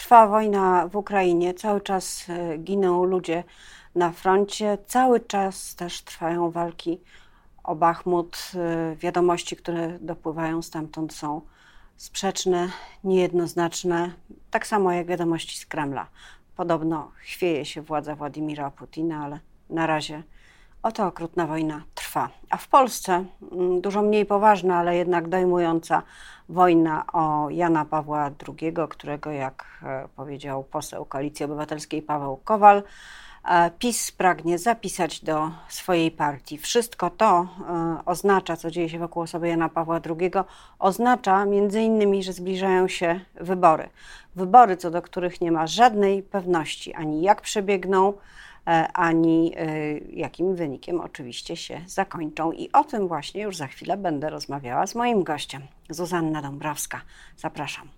trwa wojna w Ukrainie, cały czas giną ludzie na froncie, cały czas też trwają walki o Bachmut. Wiadomości, które dopływają stamtąd, są sprzeczne, niejednoznaczne, tak samo jak wiadomości z Kremla. Podobno chwieje się władza Władimira Putina, ale na razie oto okrutna wojna trwa. A w Polsce dużo mniej poważna, ale jednak dojmująca wojna o Jana Pawła II, którego, jak powiedział poseł Koalicji Obywatelskiej Paweł Kowal, PiS pragnie zapisać do swojej partii. Wszystko to oznacza, co dzieje się wokół osoby Jana Pawła II, oznacza między innymi, że zbliżają się wybory. Wybory, co do których nie ma żadnej pewności, ani jak przebiegną, ani jakim wynikiem oczywiście się zakończą. I o tym właśnie już za chwilę będę rozmawiała z moim gościem, Zuzanna Dąbrowska. Zapraszam.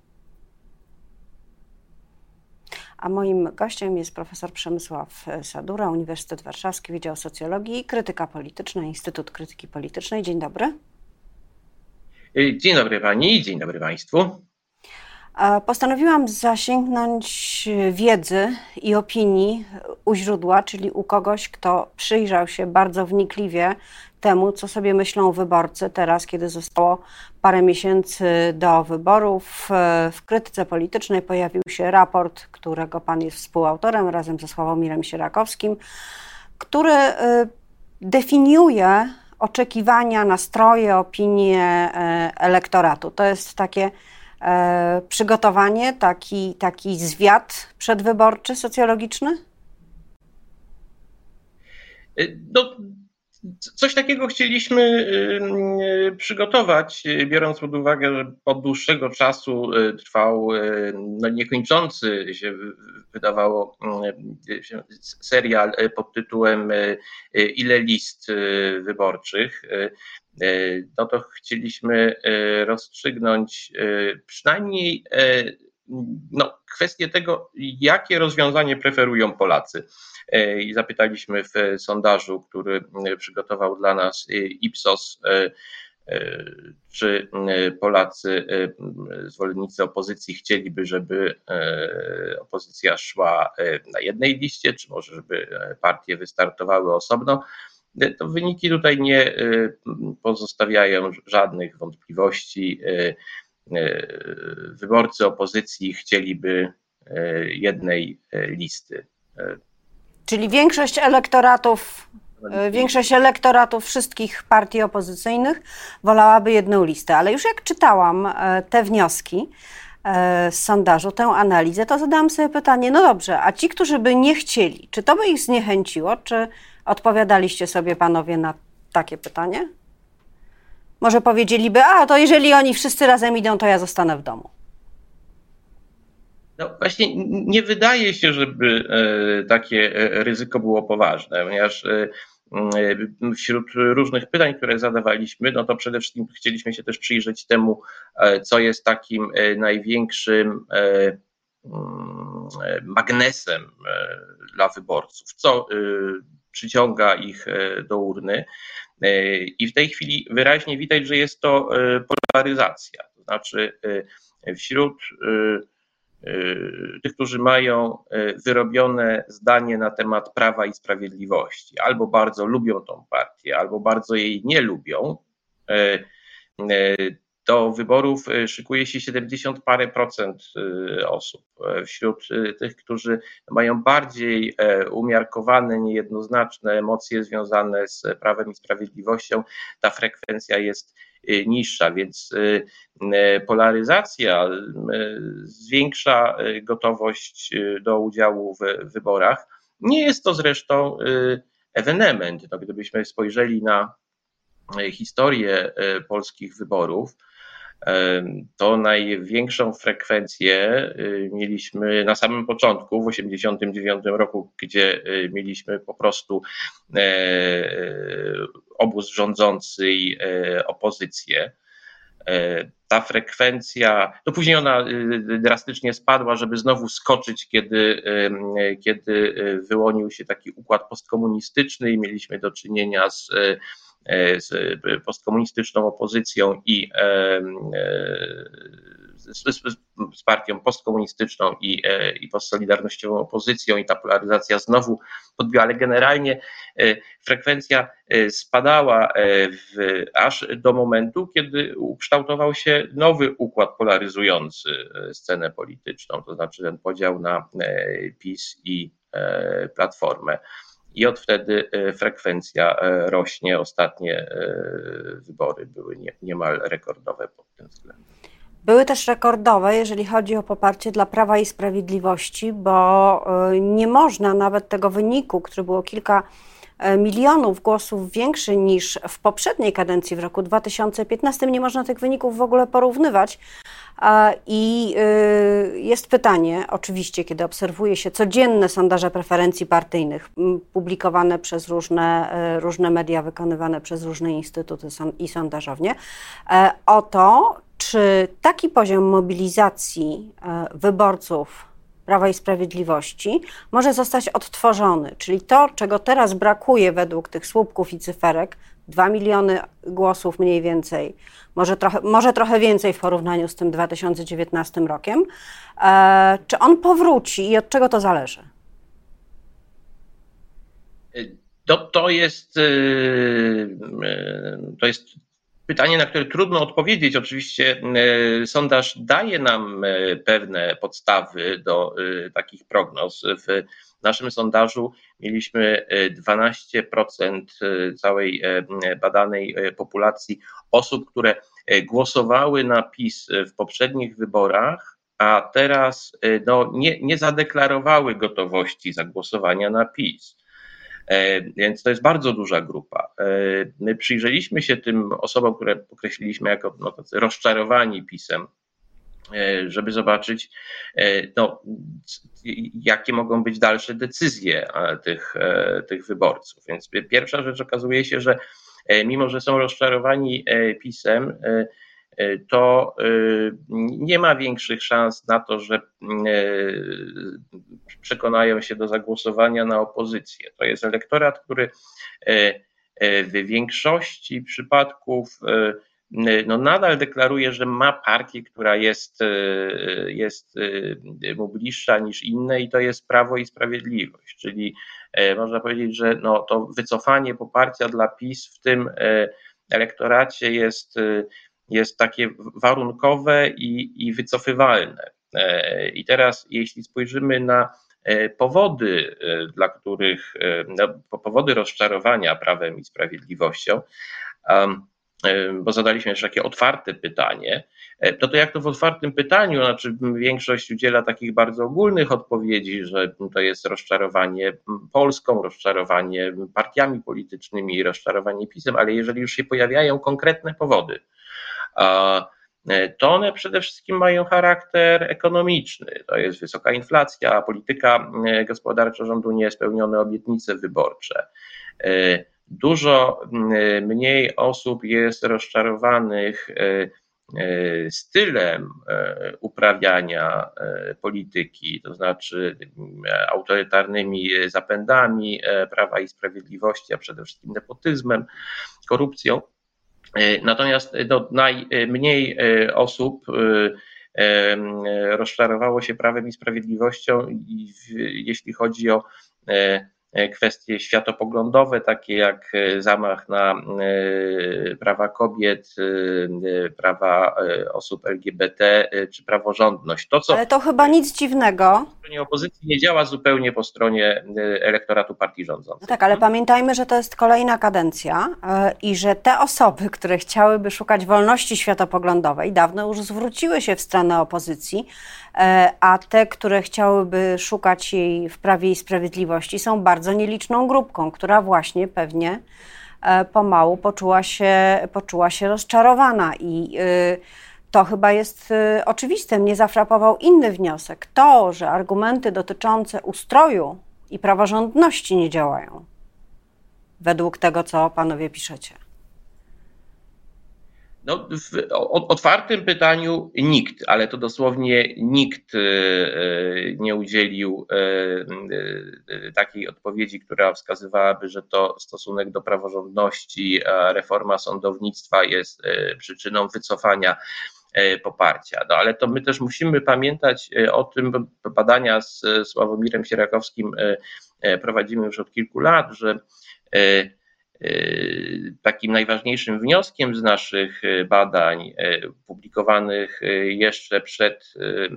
A moim gościem jest profesor Przemysław Sadura, Uniwersytet Warszawski, Wydział Socjologii i Krytyka Polityczna, Instytut Krytyki Politycznej. Dzień dobry. Dzień dobry pani, dzień dobry państwu. Postanowiłam zasięgnąć wiedzy i opinii u źródła, czyli u kogoś, kto przyjrzał się bardzo wnikliwie temu, co sobie myślą wyborcy teraz, kiedy zostało parę miesięcy do wyborów. W Krytyce Politycznej pojawił się raport, którego pan jest współautorem razem ze Sławomirem Sierakowskim, który definiuje oczekiwania, nastroje, opinie elektoratu. To jest takie przygotowanie, taki zwiat przedwyborczy, socjologiczny? No, coś takiego chcieliśmy przygotować, biorąc pod uwagę, że od dłuższego czasu trwał niekończący się, wydawało się, serial pod tytułem Ile list wyborczych. No to chcieliśmy rozstrzygnąć przynajmniej kwestię tego, jakie rozwiązanie preferują Polacy. I zapytaliśmy w sondażu, który przygotował dla nas Ipsos, czy Polacy, zwolennicy opozycji, chcieliby, żeby opozycja szła na jednej liście, czy może żeby partie wystartowały osobno. To wyniki tutaj nie pozostawiają żadnych wątpliwości. Wyborcy opozycji chcieliby jednej listy. Czyli większość elektoratów wszystkich partii opozycyjnych wolałaby jedną listę. Ale już jak czytałam te wnioski z sondażu, tę analizę, to zadałam sobie pytanie, no dobrze, a ci, którzy by nie chcieli, czy to by ich zniechęciło? Czy odpowiadaliście sobie panowie na takie pytanie? Może powiedzieliby, to jeżeli oni wszyscy razem idą, to ja zostanę w domu. No właśnie nie wydaje się, żeby takie ryzyko było poważne, ponieważ wśród różnych pytań, które zadawaliśmy, no to przede wszystkim chcieliśmy się też przyjrzeć temu, co jest takim największym magnesem dla wyborców, co przyciąga ich do urny. I w tej chwili wyraźnie widać, że jest to polaryzacja. To znaczy wśród tych, którzy mają wyrobione zdanie na temat Prawa i Sprawiedliwości, albo bardzo lubią tą partię, albo bardzo jej nie lubią, do wyborów szykuje się 70 parę procent osób. Wśród tych, którzy mają bardziej umiarkowane, niejednoznaczne emocje związane z Prawem i Sprawiedliwością, ta frekwencja jest niższa, więc polaryzacja zwiększa gotowość do udziału w wyborach. Nie jest to zresztą ewenement. No, gdybyśmy spojrzeli na historię polskich wyborów, to największą frekwencję mieliśmy na samym początku, w 1989 roku, gdzie mieliśmy po prostu obóz rządzący i opozycję. Ta frekwencja, to później ona drastycznie spadła, żeby znowu skoczyć, kiedy wyłonił się taki układ postkomunistyczny i mieliśmy do czynienia z postkomunistyczną opozycją i z partią postkomunistyczną i postsolidarnościową opozycją i ta polaryzacja znowu podbiła, ale generalnie frekwencja spadała aż do momentu, kiedy ukształtował się nowy układ polaryzujący scenę polityczną, to znaczy ten podział na PiS i Platformę. I od wtedy frekwencja rośnie. Ostatnie wybory były niemal rekordowe pod tym względem. Były też rekordowe, jeżeli chodzi o poparcie dla Prawa i Sprawiedliwości, bo nie można nawet tego wyniku, który było kilka milionów głosów większy niż w poprzedniej kadencji w roku 2015, nie można tych wyników w ogóle porównywać. I jest pytanie, oczywiście, kiedy obserwuje się codzienne sondaże preferencji partyjnych publikowane przez różne media, wykonywane przez różne instytuty i sondażownie, o to, czy taki poziom mobilizacji wyborców Prawa i Sprawiedliwości może zostać odtworzony, czyli to, czego teraz brakuje według tych słupków i cyferek, 2 miliony głosów mniej więcej, może trochę więcej w porównaniu z tym 2019 rokiem, czy on powróci i od czego to zależy? To jest pytanie, na które trudno odpowiedzieć. Oczywiście sondaż daje nam pewne podstawy do takich prognoz. W naszym sondażu mieliśmy 12% całej badanej populacji osób, które głosowały na PiS w poprzednich wyborach, a teraz nie zadeklarowały gotowości zagłosowania na PiS. Więc to jest bardzo duża grupa. My przyjrzeliśmy się tym osobom, które określiliśmy jako tacy rozczarowani PiS-em, żeby zobaczyć, jakie mogą być dalsze decyzje tych wyborców. Więc pierwsza rzecz, okazuje się, że mimo że są rozczarowani PiS-em, to nie ma większych szans na to, że przekonają się do zagłosowania na opozycję. To jest elektorat, który w większości przypadków nadal deklaruje, że ma partię, która jest mu bliższa niż inne, i to jest Prawo i Sprawiedliwość. Czyli można powiedzieć, że to wycofanie poparcia dla PiS w tym elektoracie jest takie warunkowe i wycofywalne. I teraz, jeśli spojrzymy na powody, dla których, powody rozczarowania Prawem i Sprawiedliwością, bo zadaliśmy jeszcze takie otwarte pytanie, to jak to w otwartym pytaniu, znaczy większość udziela takich bardzo ogólnych odpowiedzi, że to jest rozczarowanie Polską, rozczarowanie partiami politycznymi, rozczarowanie PiS-em, ale jeżeli już się pojawiają konkretne powody, to one przede wszystkim mają charakter ekonomiczny. To jest wysoka inflacja, polityka gospodarcza rządu, niespełnione obietnice wyborcze. Dużo mniej osób jest rozczarowanych stylem uprawiania polityki, to znaczy autorytarnymi zapędami Prawa i Sprawiedliwości, a przede wszystkim nepotyzmem, korupcją. Natomiast najmniej osób rozczarowało się Prawem i Sprawiedliwością, jeśli chodzi o kwestie światopoglądowe, takie jak zamach na prawa kobiet, prawa osób LGBT czy praworządność. Ale to chyba nic dziwnego. Po stronie opozycji nie działa zupełnie po stronie elektoratu partii rządzącej. Tak, ale pamiętajmy, że to jest kolejna kadencja i że te osoby, które chciałyby szukać wolności światopoglądowej, dawno już zwróciły się w stronę opozycji, a te, które chciałyby szukać jej w Prawie i Sprawiedliwości, są bardzo nieliczną grupką, która właśnie pewnie pomału poczuła się rozczarowana i to chyba jest oczywiste. Mnie zafrapował inny wniosek. To, że argumenty dotyczące ustroju i praworządności nie działają. Według tego, co panowie piszecie. W otwartym pytaniu nikt, ale to dosłownie nikt nie udzielił takiej odpowiedzi, która wskazywałaby, że to stosunek do praworządności, reforma sądownictwa jest przyczyną wycofania poparcia. No, ale to my też musimy pamiętać o tym, bo badania z Sławomirem Sierakowskim prowadzimy już od kilku lat, że takim najważniejszym wnioskiem z naszych badań publikowanych jeszcze przed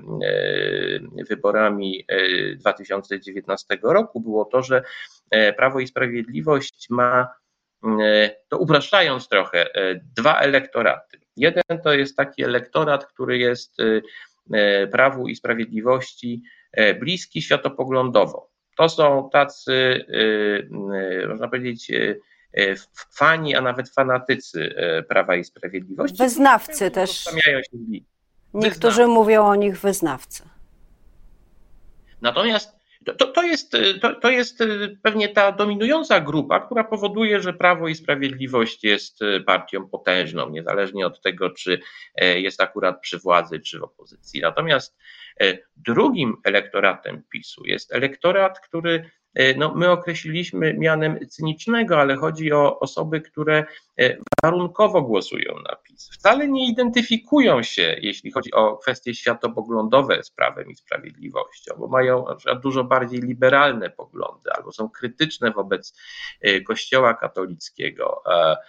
wyborami 2019 roku było to, że Prawo i Sprawiedliwość ma, to upraszczając trochę, dwa elektoraty. Jeden to jest taki elektorat, który jest Prawu i Sprawiedliwości bliski światopoglądowo. To są tacy, można powiedzieć, fani, a nawet fanatycy Prawa i Sprawiedliwości. Wyznawcy też. Niektórzy mówią o nich wyznawcy. Natomiast to jest pewnie ta dominująca grupa, która powoduje, że Prawo i Sprawiedliwość jest partią potężną, niezależnie od tego, czy jest akurat przy władzy, czy w opozycji. Natomiast drugim elektoratem PiS-u jest elektorat, który my określiliśmy mianem cynicznego, ale chodzi o osoby, które warunkowo głosują na PiS. Wcale nie identyfikują się, jeśli chodzi o kwestie światopoglądowe z Prawem i Sprawiedliwością, bo mają na przykład dużo bardziej liberalne poglądy albo są krytyczne wobec Kościoła katolickiego.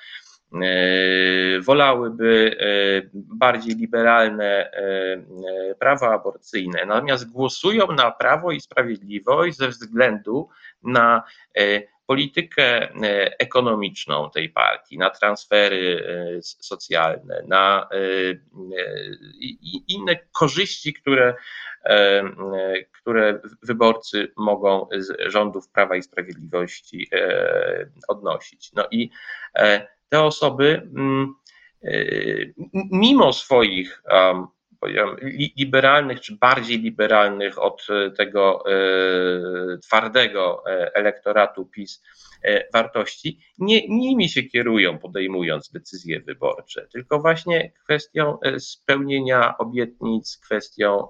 Wolałyby bardziej liberalne prawa aborcyjne, natomiast głosują na Prawo i Sprawiedliwość ze względu na politykę ekonomiczną tej partii, na transfery socjalne, na inne korzyści, które wyborcy mogą z rządów Prawa i Sprawiedliwości odnosić. No i te osoby mimo swoich liberalnych czy bardziej liberalnych od tego twardego elektoratu PiS wartości, nimi się kierują, podejmując decyzje wyborcze, tylko właśnie kwestią spełnienia obietnic, kwestią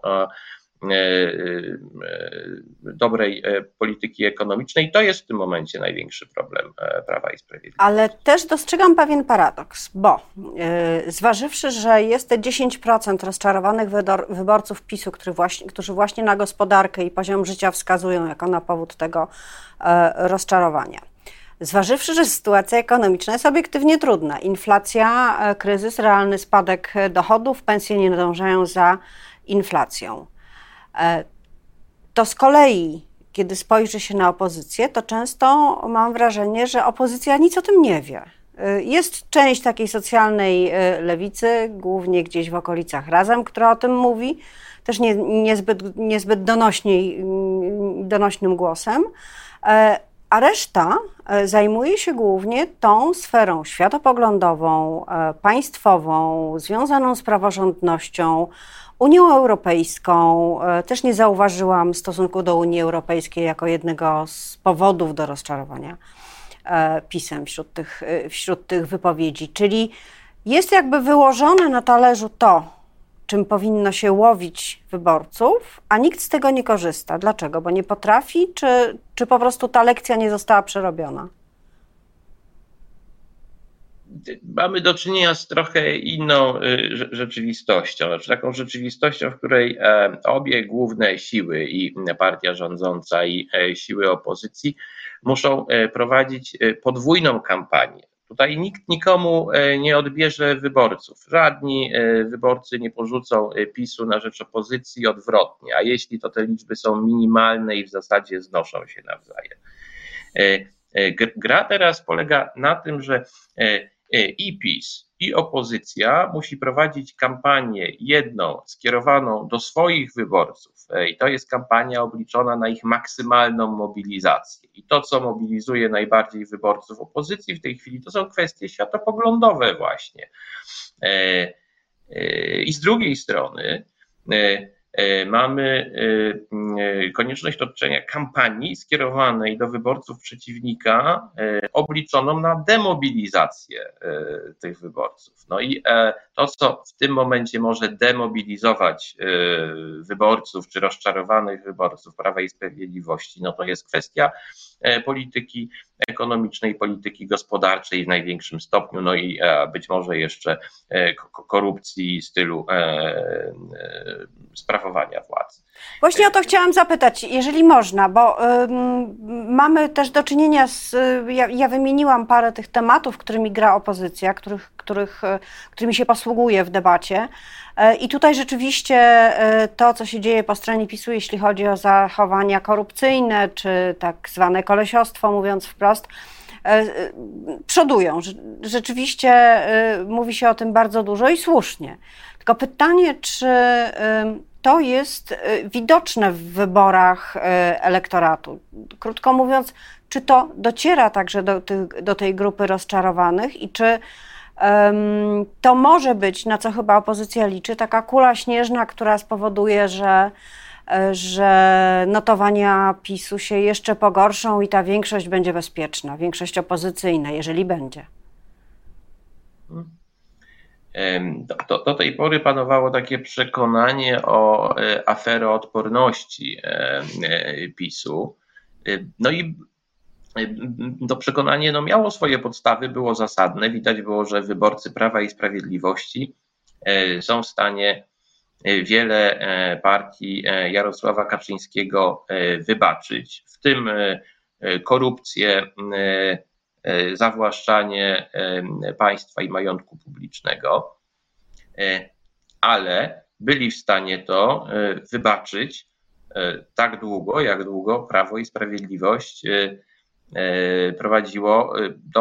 dobrej polityki ekonomicznej. To jest w tym momencie największy problem Prawa i Sprawiedliwości. Ale też dostrzegam pewien paradoks, bo zważywszy, że jest te 10% rozczarowanych wyborców PiS-u, którzy właśnie na gospodarkę i poziom życia wskazują jako na powód tego rozczarowania. Zważywszy, że sytuacja ekonomiczna jest obiektywnie trudna, inflacja, kryzys, realny spadek dochodów, pensje nie nadążają za inflacją, to z kolei, kiedy spojrzy się na opozycję, to często mam wrażenie, że opozycja nic o tym nie wie. Jest część takiej socjalnej lewicy, głównie gdzieś w okolicach Razem, która o tym mówi, też niezbyt donośnym głosem, a reszta zajmuje się głównie tą sferą światopoglądową, państwową, związaną z praworządnością, Unią Europejską. Też nie zauważyłam stosunku do Unii Europejskiej jako jednego z powodów do rozczarowania PiS-em wśród tych wypowiedzi. Czyli jest jakby wyłożone na talerzu to, czym powinno się łowić wyborców, a nikt z tego nie korzysta. Dlaczego? Bo nie potrafi, czy po prostu ta lekcja nie została przerobiona? Mamy do czynienia z trochę inną rzeczywistością, znaczy taką rzeczywistością, w której obie główne siły, i partia rządząca, i siły opozycji, muszą prowadzić podwójną kampanię. Tutaj nikt nikomu nie odbierze wyborców. Żadni wyborcy nie porzucą PiS-u na rzecz opozycji, odwrotnie, a jeśli to te liczby są minimalne i w zasadzie znoszą się nawzajem. Gra teraz polega na tym, że i PiS, i opozycja musi prowadzić kampanię jedną skierowaną do swoich wyborców i to jest kampania obliczona na ich maksymalną mobilizację. I to, co mobilizuje najbardziej wyborców opozycji w tej chwili, to są kwestie światopoglądowe właśnie. I z drugiej strony mamy konieczność toczenia kampanii skierowanej do wyborców przeciwnika, obliczoną na demobilizację tych wyborców. No i To, co w tym momencie może demobilizować wyborców czy rozczarowanych wyborców Prawa i Sprawiedliwości, no to jest kwestia polityki ekonomicznej, polityki gospodarczej w największym stopniu, no i być może jeszcze korupcji stylu sprawowania władzy. Właśnie o to chciałam zapytać, jeżeli można, bo mamy też do czynienia z, ja wymieniłam parę tych tematów, którymi gra opozycja, którymi się posługuje w debacie. I tutaj rzeczywiście to, co się dzieje po stronie PiS-u, jeśli chodzi o zachowania korupcyjne, czy tak zwane kolesiostwo, mówiąc wprost, przodują. Rzeczywiście mówi się o tym bardzo dużo i słusznie. Tylko pytanie, czy to jest widoczne w wyborach elektoratu. Krótko mówiąc, czy to dociera także do tej grupy rozczarowanych i czy to może być, na co chyba opozycja liczy, taka kula śnieżna, która spowoduje, że notowania PiS-u się jeszcze pogorszą i ta większość będzie bezpieczna, większość opozycyjna, jeżeli będzie. Do tej pory panowało takie przekonanie o aferoodporności PiS-u. No i to przekonanie miało swoje podstawy, było zasadne. Widać było, że wyborcy Prawa i Sprawiedliwości są w stanie wiele partii Jarosława Kaczyńskiego wybaczyć, w tym korupcję, zawłaszczanie państwa i majątku publicznego, ale byli w stanie to wybaczyć tak długo, jak długo Prawo i Sprawiedliwość prowadziło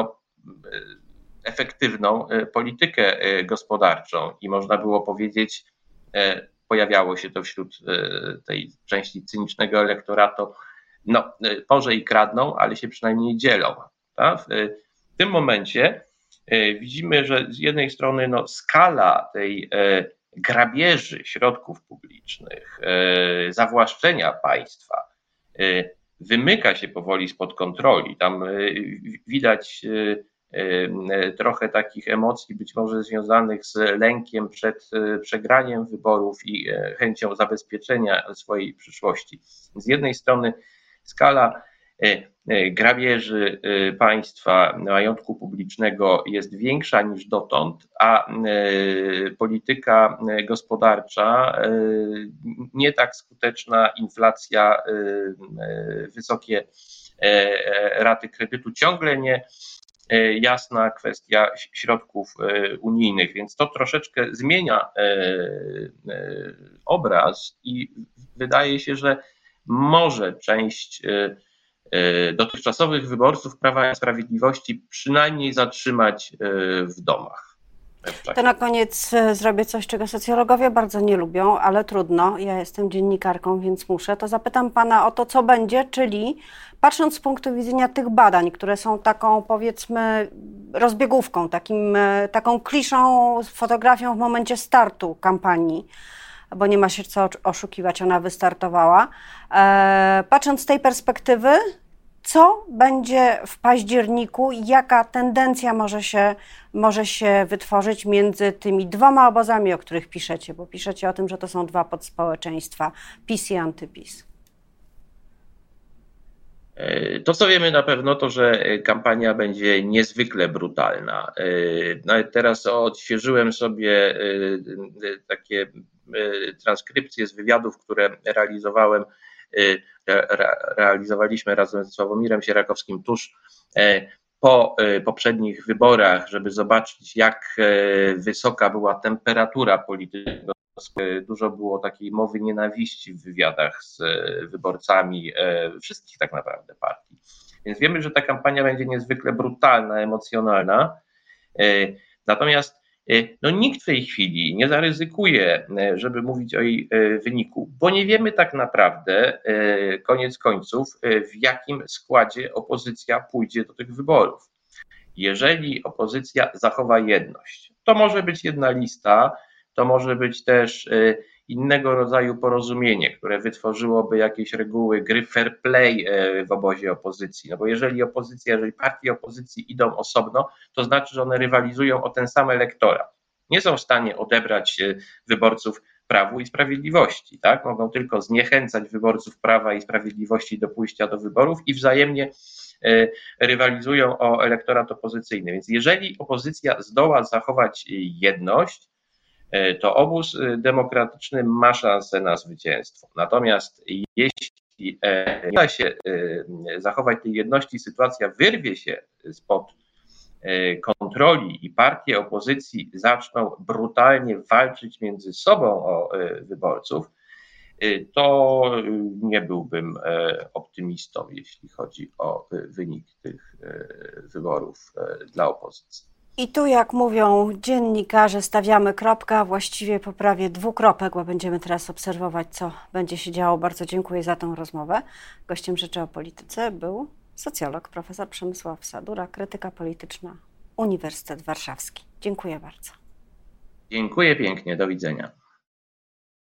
efektywną politykę gospodarczą i można było powiedzieć, pojawiało się to wśród tej części cynicznego elektoratu, porze i kradną, ale się przynajmniej dzielą. Tak? W tym momencie widzimy, że z jednej strony skala tej grabieży środków publicznych, zawłaszczenia państwa wymyka się powoli spod kontroli. Tam widać trochę takich emocji, być może związanych z lękiem przed przegraniem wyborów i chęcią zabezpieczenia swojej przyszłości. Z jednej strony skala grabieży państwa, majątku publicznego jest większa niż dotąd, a polityka gospodarcza nie tak skuteczna, inflacja, wysokie raty kredytu, ciągle nie jasna kwestia środków unijnych, więc to troszeczkę zmienia obraz i wydaje się, że może część dotychczasowych wyborców Prawa i Sprawiedliwości przynajmniej zatrzymać w domach. To na koniec zrobię coś, czego socjologowie bardzo nie lubią, ale trudno. Ja jestem dziennikarką, więc muszę. To zapytam pana o to, co będzie, czyli patrząc z punktu widzenia tych badań, które są taką, powiedzmy, rozbiegówką, taką kliszą, fotografią w momencie startu kampanii, bo nie ma się co oszukiwać, ona wystartowała. Patrząc z tej perspektywy, co będzie w październiku i jaka tendencja może się wytworzyć między tymi dwoma obozami, o których piszecie, bo piszecie o tym, że to są dwa podspołeczeństwa, PiS i antyPiS. To, co wiemy na pewno, to że kampania będzie niezwykle brutalna. Nawet teraz odświeżyłem sobie takie transkrypcje z wywiadów, które realizowaliśmy razem z Sławomirem Sierakowskim tuż po poprzednich wyborach, żeby zobaczyć, jak wysoka była temperatura polityczna. Dużo było takiej mowy nienawiści w wywiadach z wyborcami wszystkich tak naprawdę partii. Więc wiemy, że ta kampania będzie niezwykle brutalna, emocjonalna. Natomiast nikt w tej chwili nie zaryzykuje, żeby mówić o jej wyniku, bo nie wiemy tak naprawdę, koniec końców, w jakim składzie opozycja pójdzie do tych wyborów. Jeżeli opozycja zachowa jedność, to może być jedna lista, to może być też innego rodzaju porozumienie, które wytworzyłoby jakieś reguły gry fair play w obozie opozycji. No bo jeżeli partie opozycji idą osobno, to znaczy, że one rywalizują o ten sam elektorat. nie są w stanie odebrać wyborców Prawu i Sprawiedliwości, tak? Mogą tylko zniechęcać wyborców Prawa i Sprawiedliwości do pójścia do wyborów i wzajemnie rywalizują o elektorat opozycyjny. Więc jeżeli opozycja zdoła zachować jedność, to obóz demokratyczny ma szansę na zwycięstwo. Natomiast jeśli nie da się zachować tej jedności, sytuacja wyrwie się spod kontroli i partie opozycji zaczną brutalnie walczyć między sobą o wyborców, to nie byłbym optymistą, jeśli chodzi o wynik tych wyborów dla opozycji. I tu, jak mówią dziennikarze, stawiamy kropkę, właściwie po prawie 2 kropek, bo będziemy teraz obserwować, co będzie się działo. Bardzo dziękuję za tę rozmowę. Gościem Rzeczy o Polityce był socjolog, profesor Przemysław Sadura, krytyka polityczna, Uniwersytet Warszawski. Dziękuję bardzo. Dziękuję pięknie, do widzenia.